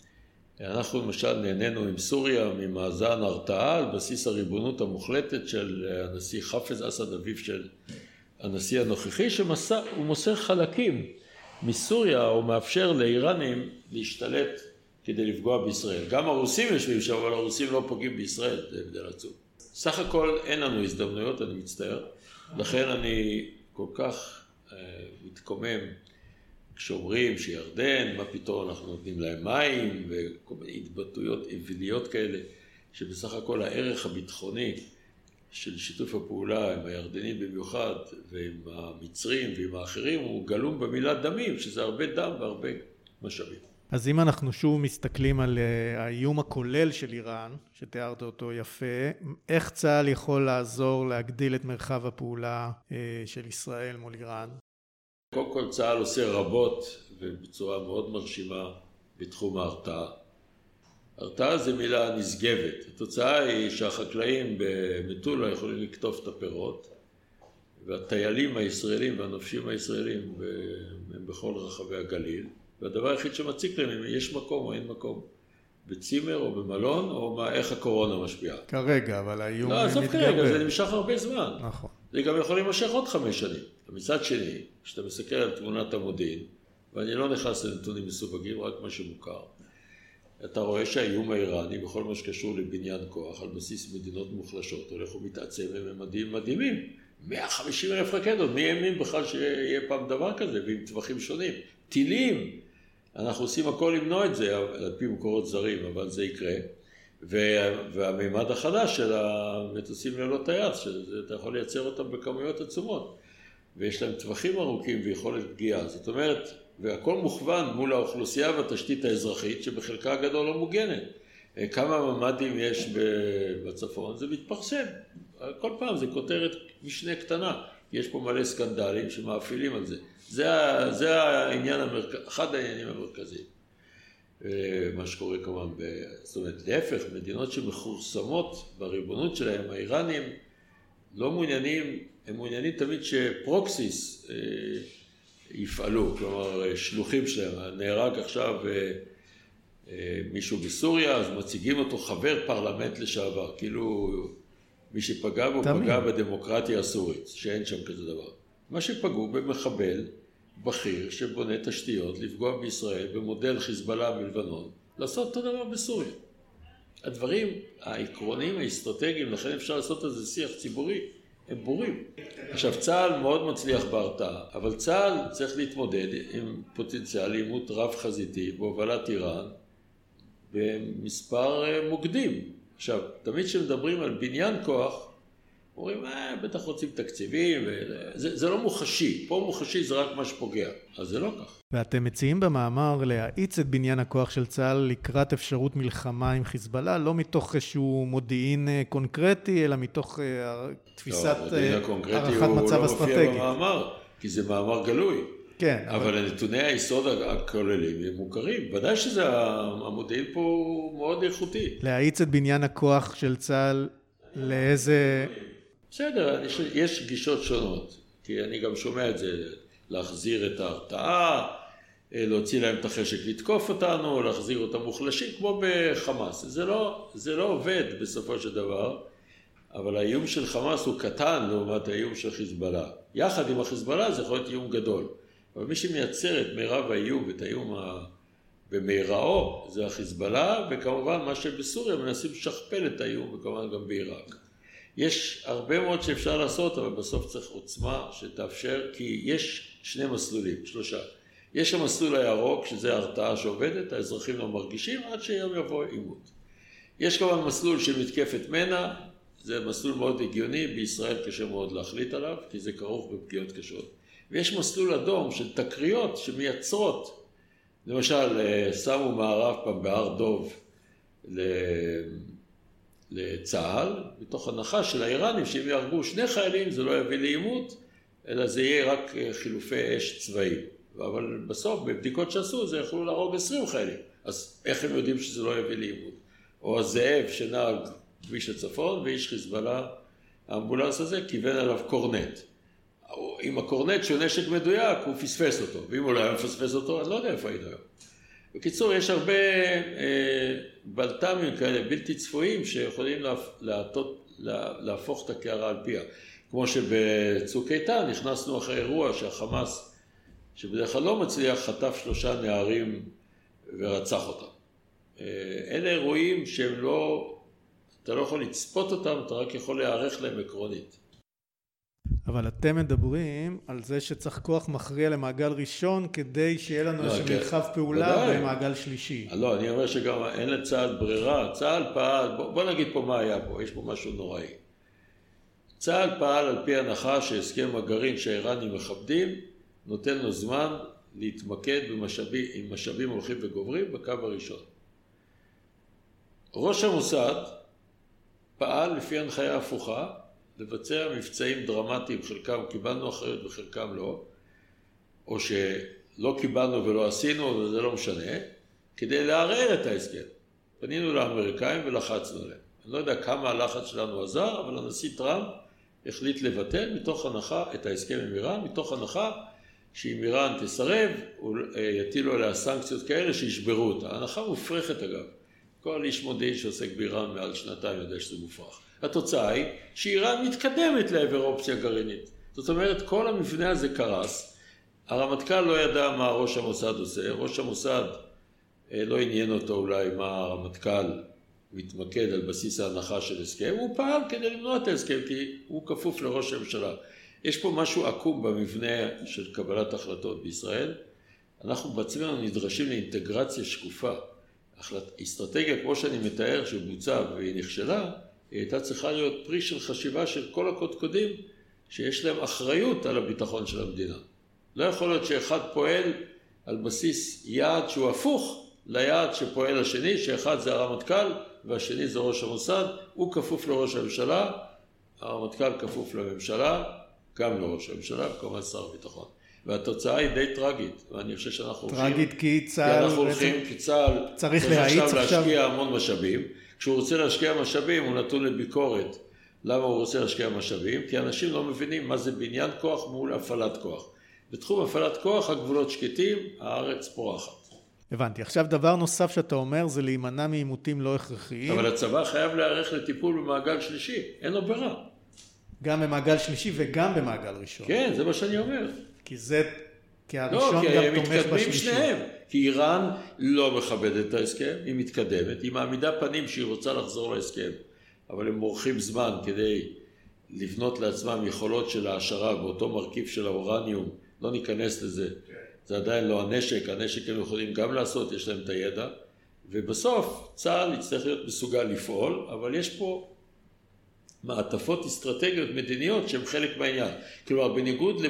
אנחנו למשל נהנינו עם סוריה ממאזן הרתעה על בסיס הריבונות המוחלטת של הנשיא חאפז אסד, אביו של הנשיא הנוכחי, שהוא מוסר חלקים מסוריה או מאפשר לאיראנים להשתלט כדי לפגוע בישראל. גם הרוסים יושבים שם, אבל הרוסים לא פוגעים בישראל, זה הבדל עצום. סך הכל אין לנו הזדמנויות, אני מצטער. לכן אני כל כך מתקומם כשאומרים שירדן, מה פתאום אנחנו נותנים להם מים, וכל מיני התבטאויות אוויליות כאלה, שבסך הכל הערך הביטחוני של שיתוף הפעולה עם הירדנים במיוחד, ועם המצרים ועם האחרים, הוא גלום במילה דמים, שזה הרבה דם והרבה משאבים. אז אם אנחנו שוב מסתכלים על האיום הכולל של איראן, שתיארת אותו יפה, איך צה"ל יכול לעזור להגדיל את מרחב הפעולה של ישראל מול איראן? קודם כל צה"ל עושה רבות ובצורה מאוד מרשימה בתחום ההרתעה. הרתעה זה מילה נשגבת. התוצאה היא שהחקלאים במטולה יכולים לקטוף את הפירות, והטיילים הישראלים והנופשים הישראלים הם בכל רחבי הגליל, והדבר היחיד שמציק להם, אם יש מקום או אין מקום, בצימר או במלון, או איך הקורונה משפיעה. כרגע, אבל האיום מתגבר. לא, עזוב כרגע, זה נמשך הרבה זמן. נכון. זה גם יכול להימשך עוד 5 שנים. מצד שני, כשאתה מסתכל על תמונת המודיעין, ואני לא נכנס לנתונים מסווגים, רק מה שמוכר, אתה רואה שהאיום האיראני, בכל מה שקשור לבניין כוח, על בסיס מדינות מוחלשות, הולך ומתעצם בממדים מדהימים. 150,000 רקטות, מי האמין בכלל שיהיה פעם דבר כזה, ועם טווחים שונים. טילים, אנחנו עושים הכל למנוע את זה, על פי מקורות זרים, אבל זה יקרה. והמימד החדש של המטוסים ללא טייס, שאתה יכול לייצר אותם בכמויות עצומות, ויש להם טווחים ארוכים ויכולת פגיעה. זאת אומרת, והכל מוכוון מול האוכלוסייה והתשתית האזרחית, שבחלקה הגדול לא מוגנת. כמה ממדים יש בצפון, זה מתפרסם. כל פעם זה כותרת משנה קטנה. יש פה מלא סקנדלים שמאפילים על זה. זה העניין אחד העניינים המרכזיים. מה שקורה כמובן, זאת אומרת, להפך, מדינות שמחורסמות בריבונות שלהם, האיראנים לא מעוניינים, הם מעוניינים תמיד שפרוקסיס יפעלו, כלומר, שלוחים שלהם. נהרג עכשיו מישהו בסוריה, אז מציגים אותו חבר פרלמנט לשעבר, כאילו מי שפגע בו פגע בדמוקרטיה הסורית, שאין שם כזה דבר. מה שפגעו במחבל בכיר שבונה תשתיות לפגוע בישראל במודל חיזבאללה מלבנון, לעשות אותו דבר בסוריה. הדברים העקרוניים האסטרטגיים, לכן אפשר לעשות על זה שיח ציבורי, הם ברורים. עכשיו, צה"ל מאוד מצליח בהרתעה, אבל צה"ל צריך להתמודד עם פוטנציאל עימות רב חזיתי בהובלת איראן במספר מוקדים. עכשיו, תמיד כשמדברים על בניין כוח, אומרים, בטח רוצים תקציבים, זה לא מוחשי. פה מוחשי זה רק מה שפוגע. אז זה לא כך. ואתם מציעים במאמר להאיץ את בניין הכוח של צה"ל לקראת אפשרות מלחמה עם חיזבאללה, לא מתוך איזשהו מודיעין קונקרטי, אלא מתוך תפיסת הערכת מצב אסטרטגית. הוא לא מופיע במאמר, כי זה מאמר גלוי. כן. אבל הנתוני היסוד הכוללים הם מוכרים. ודאי שהמודיעין פה הוא מאוד איכותי. להאיץ את בניין הכוח של צה"ל לאיזה... בסדר, יש גישות שונות, כי אני גם שומע את זה, להחזיר את ההרתעה, להוציא להם את החשק לתקוף אותנו, להחזיר אותם מוחלשים, כמו בחמאס. זה לא עובד בסופו של דבר, אבל האיום של חמאס הוא קטן לעומת האיום של חיזבאללה. יחד עם החיזבאללה זה יכול להיות איום גדול, אבל מי שמייצר את מירב האיום ואת האיום במהיראו זה החיזבאללה, וכמובן מה שבסוריה מנסים לשכפל את האיום, וכמובן גם בעיראק. יש הרבה מאוד שאפשר לעשות, אבל בסוף צריך עוצמה שתאפשר, כי יש שני מסלולים, 3. יש המסלול הירוק, שזה ההרתעה שעובדת, האזרחים לא מרגישים, עד שיום יבוא עימות. יש כמובן מסלול של מתקפת מנע, זה מסלול מאוד הגיוני, בישראל קשה מאוד להחליט עליו, כי זה כרוך בפגיעות קשות. ויש מסלול אדום של תקריות שמייצרות, למשל, שמו מערב פעם בהר דוב לצה"ל, בתוך הנחה של האיראנים, שאם יהרגו 2 חיילים זה לא יביא לעימות, אלא זה יהיה רק חילופי אש צבאיים. אבל בסוף, בבדיקות שעשו, זה יכולו להרוג 20 חיילים. אז איך הם יודעים שזה לא יביא לעימות? או הזאב שנהג כביש הצפון, ואיש חיזבאללה, האמבולנס הזה כיוון עליו קורנט. עם הקורנט שהוא נשק מדויק, הוא פספס אותו. ואם הוא לא היה מפספס אותו, אני לא יודע איפה היינו היום. בקיצור, יש הרבה בלת"מים כאלה, בלתי צפויים, שיכולים להפוך את הקערה על פיה. כמו שבצוק איתן נכנסנו אחרי אירוע שהחמאס, שבדרך כלל לא מצליח, חטף 3 נערים ורצח אותם. אלה אירועים שהם לא, אתה לא יכול לצפות אותם, אתה רק יכול להיערך להם עקרונית. אבל אתם מדברים על זה שצריך כוח מכריע למעגל ראשון, כדי שיהיה לנו איזה מרחב פעולה במעגל שלישי. לא, אני אומר שגם אין לצה"ל ברירה. צה"ל פעל, בוא נגיד פה מה היה פה, יש פה משהו נוראי. צה"ל פעל על פי הנחה שהסכם הגרעין שהאיראנים מכבדים, נותן לו זמן להתמקד עם משאבים הולכים וגוברים בקו הראשון. ראש המוסד פעל לפי הנחיה הפוכה, לבצע מבצעים דרמטיים, חלקם קיבלנו אחריות וחלקם לא, או שלא קיבלנו ולא עשינו, אבל זה לא משנה, כדי לערער את ההסכם. פנינו לאמריקאים ולחצנו עליהם. אני לא יודע כמה הלחץ שלנו עזר, אבל הנשיא טראמפ החליט לבטל מתוך הנחה את ההסכם עם איראן, מתוך הנחה שאם איראן תסרב, יטילו עליה סנקציות כאלה שישברו אותה. ההנחה מופרכת אגב. כל איש מודיעין שעוסק באיראן מעל 2 יודע שזה מופרך. התוצאה היא שאיראן מתקדמת לעבר אופציה גרעינית. זאת אומרת, כל המבנה הזה קרס. הרמטכ"ל לא ידע מה ראש המוסד עושה. ראש המוסד לא עניין אותו אולי מה הרמטכ"ל מתמקד על בסיס ההנחה של הסכם. הוא פעל כדי למנוע את ההסכם, כי הוא כפוף לראש הממשלה. יש פה משהו עקום במבנה של קבלת החלטות בישראל. אנחנו בעצמנו נדרשים לאינטגרציה שקופה. אסטרטגיה, כמו שאני מתאר, שבוצעה והיא נכשלה, היא הייתה צריכה להיות פרי של חשיבה של כל הקודקודים שיש להם אחריות על הביטחון של המדינה. לא יכול להיות שאחד פועל על בסיס יעד שהוא הפוך ליעד שפועל השני, שאחד זה הרמטכ"ל והשני זה ראש המוסד, הוא כפוף לראש הממשלה, הרמטכ"ל כפוף לממשלה, גם לראש הממשלה וכמובן שר הביטחון. והתוצאה היא די טרגית, ואני חושב שאנחנו טרגית כי צה"ל צריך עכשיו להשקיע המון משאבים. כשהוא רוצה להשקיע משאבים הוא נתון לביקורת. למה הוא רוצה להשקיע משאבים? כי אנשים לא מבינים מה זה בניין כוח מול הפעלת כוח. בתחום הפעלת כוח הגבולות שקטים, הארץ פורחת. הבנתי. עכשיו דבר נוסף שאתה אומר זה להימנע מעימותים לא הכרחיים. אבל הצבא חייב להיערך לטיפול במעגל שלישי, אין לו ברירה. גם במעגל שלישי וגם במעגל ראשון. כן, זה מה שאני אומר. כי הראשון גם תומך בשלישי. שניהם. כי איראן לא מכבדת את ההסכם, היא מתקדמת, היא מעמידה פנים שהיא רוצה לחזור להסכם, אבל הם מורחים זמן כדי לבנות לעצמם יכולות של העשרה באותו מרכיב של האורניום, לא ניכנס לזה, זה עדיין לא הנשק הם יכולים גם לעשות, יש להם את הידע, ובסוף צה"ל יצטרך להיות מסוגל לפעול, אבל יש פה מעטפות אסטרטגיות מדיניות שהן חלק מהעניין. כלומר, בניגוד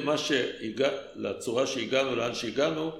לצורה שהגענו, לאן שהגענו,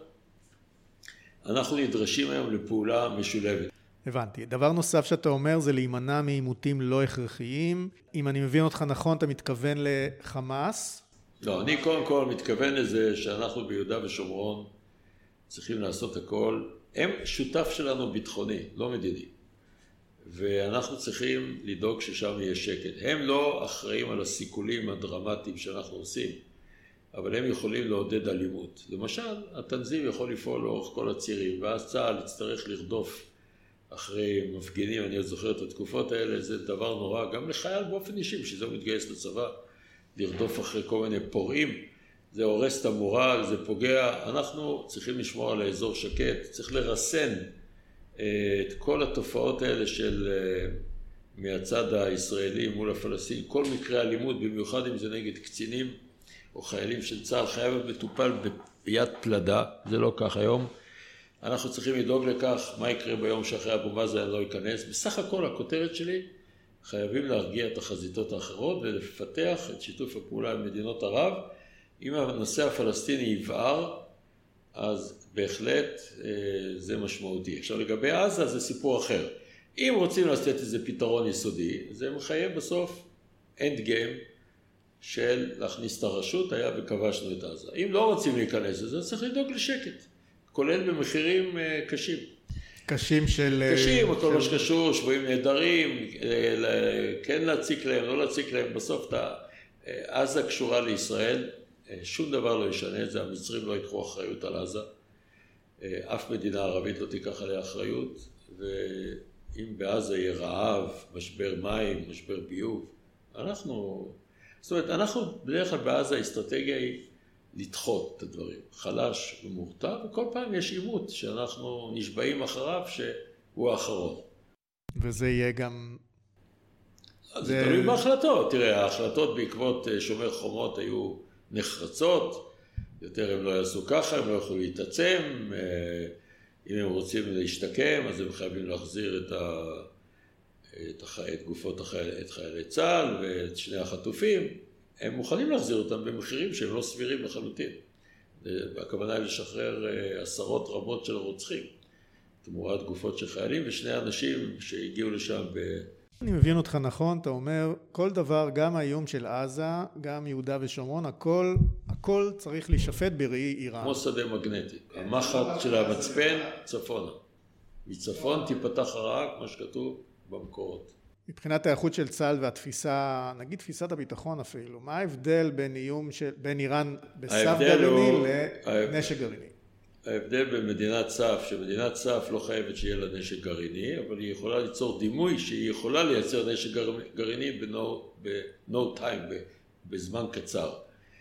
אנחנו נדרשים היום לפעולה משולבת. הבנתי. דבר נוסף שאתה אומר זה להימנע מעימותים לא הכרחיים. אם אני מבין אותך נכון, אתה מתכוון לחמאס? לא, אני קודם כל מתכוון לזה שאנחנו ביהודה ושומרון צריכים לעשות הכל. הם שותף שלנו ביטחוני, לא מדיני. ואנחנו צריכים לדאוג ששם יהיה שקט. הם לא אחראים על הסיכולים הדרמטיים שאנחנו עושים, אבל הם יכולים לעודד אלימות. למשל, התנזים יכול לפעול לאורך כל הצירים, ואז צה"ל יצטרך לרדוף אחרי מפגינים. אני עוד זוכר את התקופות האלה, זה דבר נורא, גם לחייל באופן אישי, שזה הוא מתגייס לצבא, לרדוף אחרי כל מיני פורעים. זה הורס את המורל, זה פוגע. אנחנו צריכים לשמור על האזור שקט, צריך לרסן את כל התופעות האלה של מהצד הישראלי מול הפלסטיני. כל מקרה אלימות, במיוחד אם זה נגד קצינים או חיילים של צה"ל, חייב להיות מטופל ביד פלדה, זה לא כך היום. אנחנו צריכים לדאוג לכך, מה יקרה ביום שאחרי אבו מאזן לא ייכנס. בסך הכל הכותרת שלי, חייבים להרגיע את החזיתות האחרות ולפתח את שיתוף הפעולה עם מדינות ערב. אם הנושא הפלסטיני יבער, אז בהחלט זה משמעותי. עכשיו לגבי עזה זה סיפור אחר. אם רוצים לתת איזה פתרון יסודי, זה מחייב בסוף end game של להכניס את הרשות, היה וכבשנו את עזה. אם לא רוצים להיכנס לזה, צריך לדאוג לשקט, כולל במחירים קשים. קשים של... קשים, כל מה שקשור, שבועים נהדרים, כן להציק להם, לא להציק להם, בסוף עזה קשורה לישראל, שום דבר לא ישנה את זה, המצרים לא יקחו אחריות על עזה, אף מדינה ערבית לא תיקח עליה אחריות, ואם בעזה יהיה רעב, משבר מים, משבר ביוב, זאת אומרת, אנחנו בדרך כלל בעזה האסטרטגיה היא לדחות את הדברים, חלש ומורתע, וכל פעם יש עימות שאנחנו נשבעים אחריו שהוא האחרון. וזה יהיה גם... זה תלוי בהחלטות. תראה, ההחלטות בעקבות שומר חומות היו נחרצות, יותר הם לא יעשו ככה, הם לא יכולו להתעצם, אם הם רוצים להשתקם, אז הם חייבים להחזיר את גופות חיילי צה"ל ואת שני החטופים, הם מוכנים להחזיר אותם במחירים שהם לא סבירים לחלוטין. הכוונה היא לשחרר עשרות רבות של רוצחים, תמורת גופות של חיילים ושני אנשים שהגיעו לשם אני מבין אותך נכון, אתה אומר, כל דבר, גם האיום של עזה, גם יהודה ושומרון, הכל צריך להישפט בראי איראן. כמו שדה מגנטי, המחט של המצפן צפונה. מצפון תיפתח הרעה, כמו שכתוב במקורות. מבחינת האיכות של צה"ל והתפיסה, נגיד תפיסת הביטחון אפילו, מה ההבדל בין איראן בסף גרעיני לנשק גרעיני? ההבדל במדינת סף, שמדינת סף לא חייבת שיהיה לה נשק גרעיני, אבל היא יכולה ליצור דימוי שהיא יכולה לייצר נשק גרעיני ב-no time, בזמן קצר.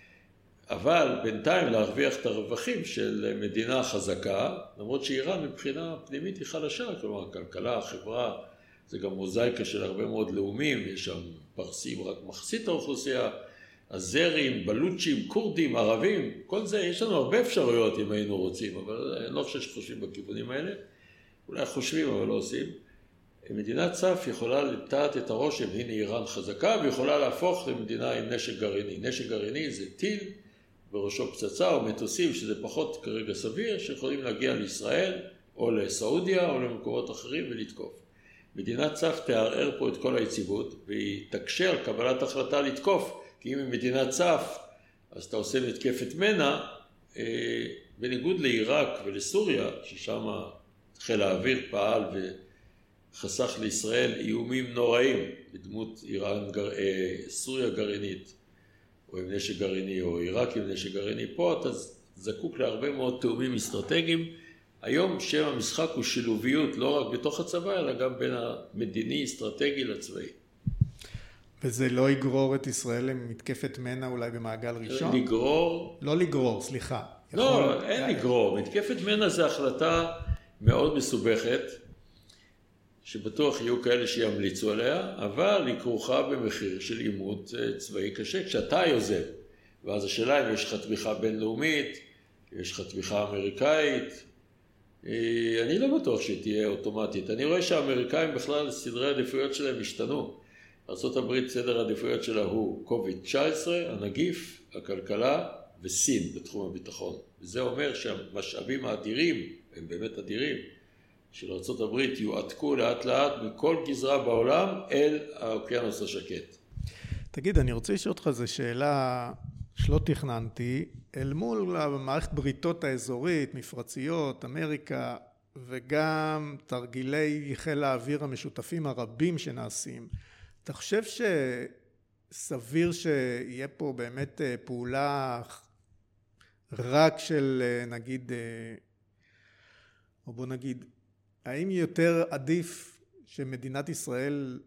אבל בינתיים להרוויח את הרווחים של מדינה חזקה, למרות שאיראן מבחינה פנימית היא חלשה, כלומר הכלכלה, החברה, זה גם מוזאיקה של הרבה מאוד לאומים, יש שם פרסים, רק מחצית האוכלוסייה, הזרים, בלוצ'ים, קורדים, ערבים, כל זה, יש לנו הרבה אפשרויות אם היינו רוצים, אבל אני לא חושב שחושבים בכיוונים האלה, אולי חושבים אבל לא עושים. מדינת סף יכולה לטעת את הרושם, הנה איראן חזקה, ויכולה להפוך למדינה עם נשק גרעיני. נשק גרעיני זה טיל, בראשו פצצה או מטוסים, שזה פחות כרגע סביר, שיכולים להגיע לישראל, או לסעודיה, או למקומות אחרים ולתקוף. מדינת סף תערער פה את כל היציבות, והיא תקשה על קבלת החלטה לתקוף, כי אם היא מדינת סף, אז אתה עושה מתקפת מנע, בניגוד לעיראק ולסוריה, ששם חיל האוויר פעל וחסך לישראל איומים נוראים, בדמות סוריה גרעינית, או עם נשק גרעיני, או עיראק עם נשק גרעיני. פה אתה זקוק להרבה מאוד תאומים אסטרטגיים. היום שם המשחק הוא שילוביות, לא רק בתוך הצבא, אלא גם בין המדיני, אסטרטגי לצבאי. וזה לא יגרור את ישראל למתקפת מנע אולי במעגל ראשון? לא לגרור, סליחה. לא, אין לגרור. מתקפת מנע זה החלטה מאוד מסובכת, שבטוח יהיו כאלה שימליצו עליה, אבל היא כרוכה במחיר של עימות צבאי קשה, כשאתה יוזם. ואז השאלה אם יש לך תמיכה בינלאומית, יש לך תמיכה אמריקאית, אני לא בטוח שהיא תהיה אוטומטית. אני רואה שהאמריקאים בכלל, סדרי העדיפויות שלהם השתנו. ארצות הברית, סדר העדיפויות שלה הוא COVID-19, הנגיף, הכלכלה וסין בתחום הביטחון. וזה אומר שהמשאבים האדירים, הם באמת אדירים, של ארצות הברית יועתקו לאט לאט מכל גזרה בעולם אל האוקיינוס השקט. תגיד, אני רוצה לשאול אותך, זו שאלה שלא תכננתי, אל מול המערכת בריתות האזורית, מפרציות, אמריקה, וגם תרגילי חיל האוויר המשותפים הרבים שנעשים, אתה חושב שסביר שיהיה פה באמת פעולה רק של נגיד, או בוא נגיד, האם יותר עדיף שמדינת ישראל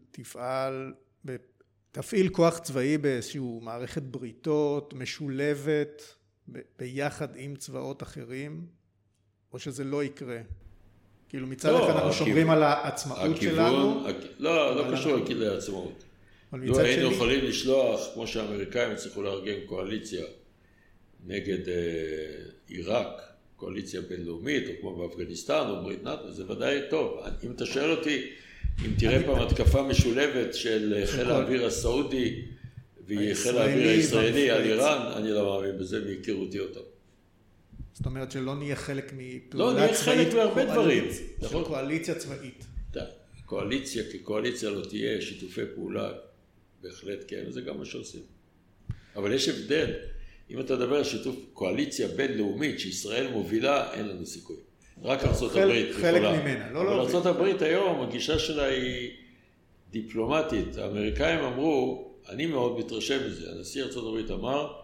תפעיל כוח צבאי באיזושהי מערכת בריתות משולבת ביחד עם צבאות אחרים, או שזה לא יקרה? כאילו מצד אחד אנחנו שומרים על העצמאות שלנו. לא קשור לעצמאות. לא היינו יכולים לשלוח, כמו שהאמריקאים הצליחו לארגן קואליציה נגד עיראק, קואליציה בינלאומית, או כמו באפגניסטן, או ברית נאט"ו, זה ודאי טוב. אם אתה שואל אותי, אם תראה פעם התקפה משולבת של חיל האוויר הסעודי, וחיל האוויר הישראלי על איראן, אני לא מאמין בזה, והכירותי אותם. זאת אומרת שלא נהיה חלק מפעולה צבאית. לא, נהיה חלק מהרבה דברים. של קואליציה צבאית. קואליציה, כקואליציה לא תהיה שיתופי פעולה, בהחלט כן, וזה גם מה שעושים. אבל יש הבדל. אם אתה מדבר על שיתוף קואליציה בינלאומית שישראל מובילה, אין לנו סיכוי. רק ארצות הברית יכולה. חלק ממנה. אבל ארצות הברית היום, הגישה שלה היא דיפלומטית. האמריקאים אמרו, אני מאוד מתרשם בזה, הנשיא ארצות הברית אמר,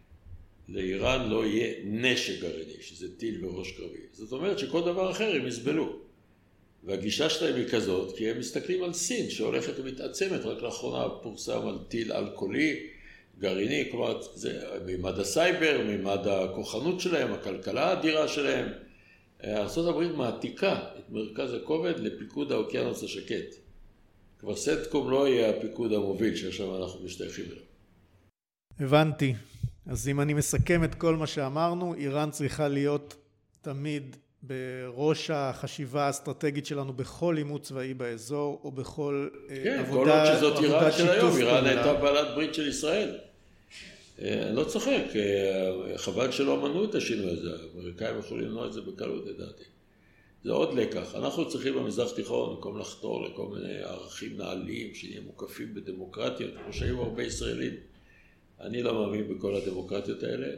לאיראן לא יהיה נשק גרעיני, שזה טיל וראש קרבי. זאת אומרת שכל דבר אחר הם יסבלו. והגישה שלהם היא כזאת, כי הם מסתכלים על סין, שהולכת ומתעצמת, רק לאחרונה פורסם על טיל אלכוהולי, גרעיני, כלומר, זה מימד הסייבר, מימד הכוחנות שלהם, הכלכלה האדירה שלהם. ארצות הברית מעתיקה את מרכז הכובד לפיקוד האוקיינוס השקט. כבר סנטקום לא יהיה הפיקוד המוביל שעכשיו אנחנו משתייכים אליו. הבנתי. אז אם אני מסכם את כל מה שאמרנו, איראן צריכה להיות תמיד בראש החשיבה האסטרטגית שלנו בכל עימות צבאי באזור, או בכל עבודה, כל עוד שזאת איראן של היום, איראן הייתה בעלת ברית של ישראל. אני לא צוחק, חבל שלא מנעו את השינוי הזה, האמריקאים יכולים למנוע את זה בקלות לדעתי. זה עוד לקח, אנחנו צריכים במזרח תיכון, במקום לחתור לכל מיני ערכים נעלים, שנהיה מוקפים בדמוקרטיות, כמו שהיו הרבה ישראלים. אני לא מאמין בכל הדמוקרטיות האלה,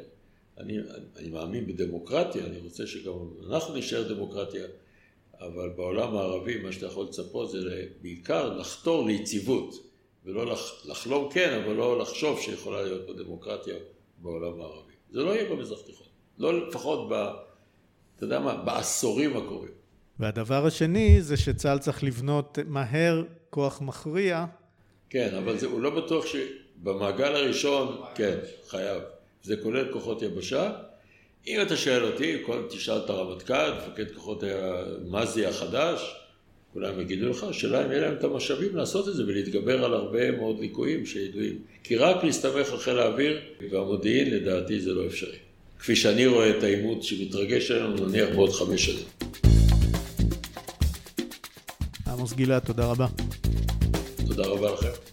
אני מאמין בדמוקרטיה, אני רוצה שגם אנחנו נשאר דמוקרטיה, אבל בעולם הערבי מה שאתה יכול לצפות זה בעיקר לחתור ליציבות, ולא לחלום כן, אבל לא לחשוב שיכולה להיות בדמוקרטיה בעולם הערבי. זה לא יהיה במזרח תיכון, לא לפחות אתה יודע מה, בעשורים הקרובים. והדבר השני זה שצה"ל צריך לבנות מהר כוח מכריע. כן, אבל הוא לא בטוח שבמעגל הראשון, כן, חייב. זה כולל כוחות יבשה. אם אתה שואל אותי, תשאל את הרמטכ"ל, מפקד כוחות המזי החדש, כולם יגידו לך, שאלה אם יהיה להם את המשאבים לעשות את זה ולהתגבר על הרבה מאוד ליקויים שידועים. כי רק להסתמך על חיל האוויר והמודיעין, לדעתי זה לא אפשרי. כפי שאני רואה את העימות שמתרגש עלינו, נניח בעוד 5 שנים. עמוס גלעד, תודה רבה. תודה רבה לכם.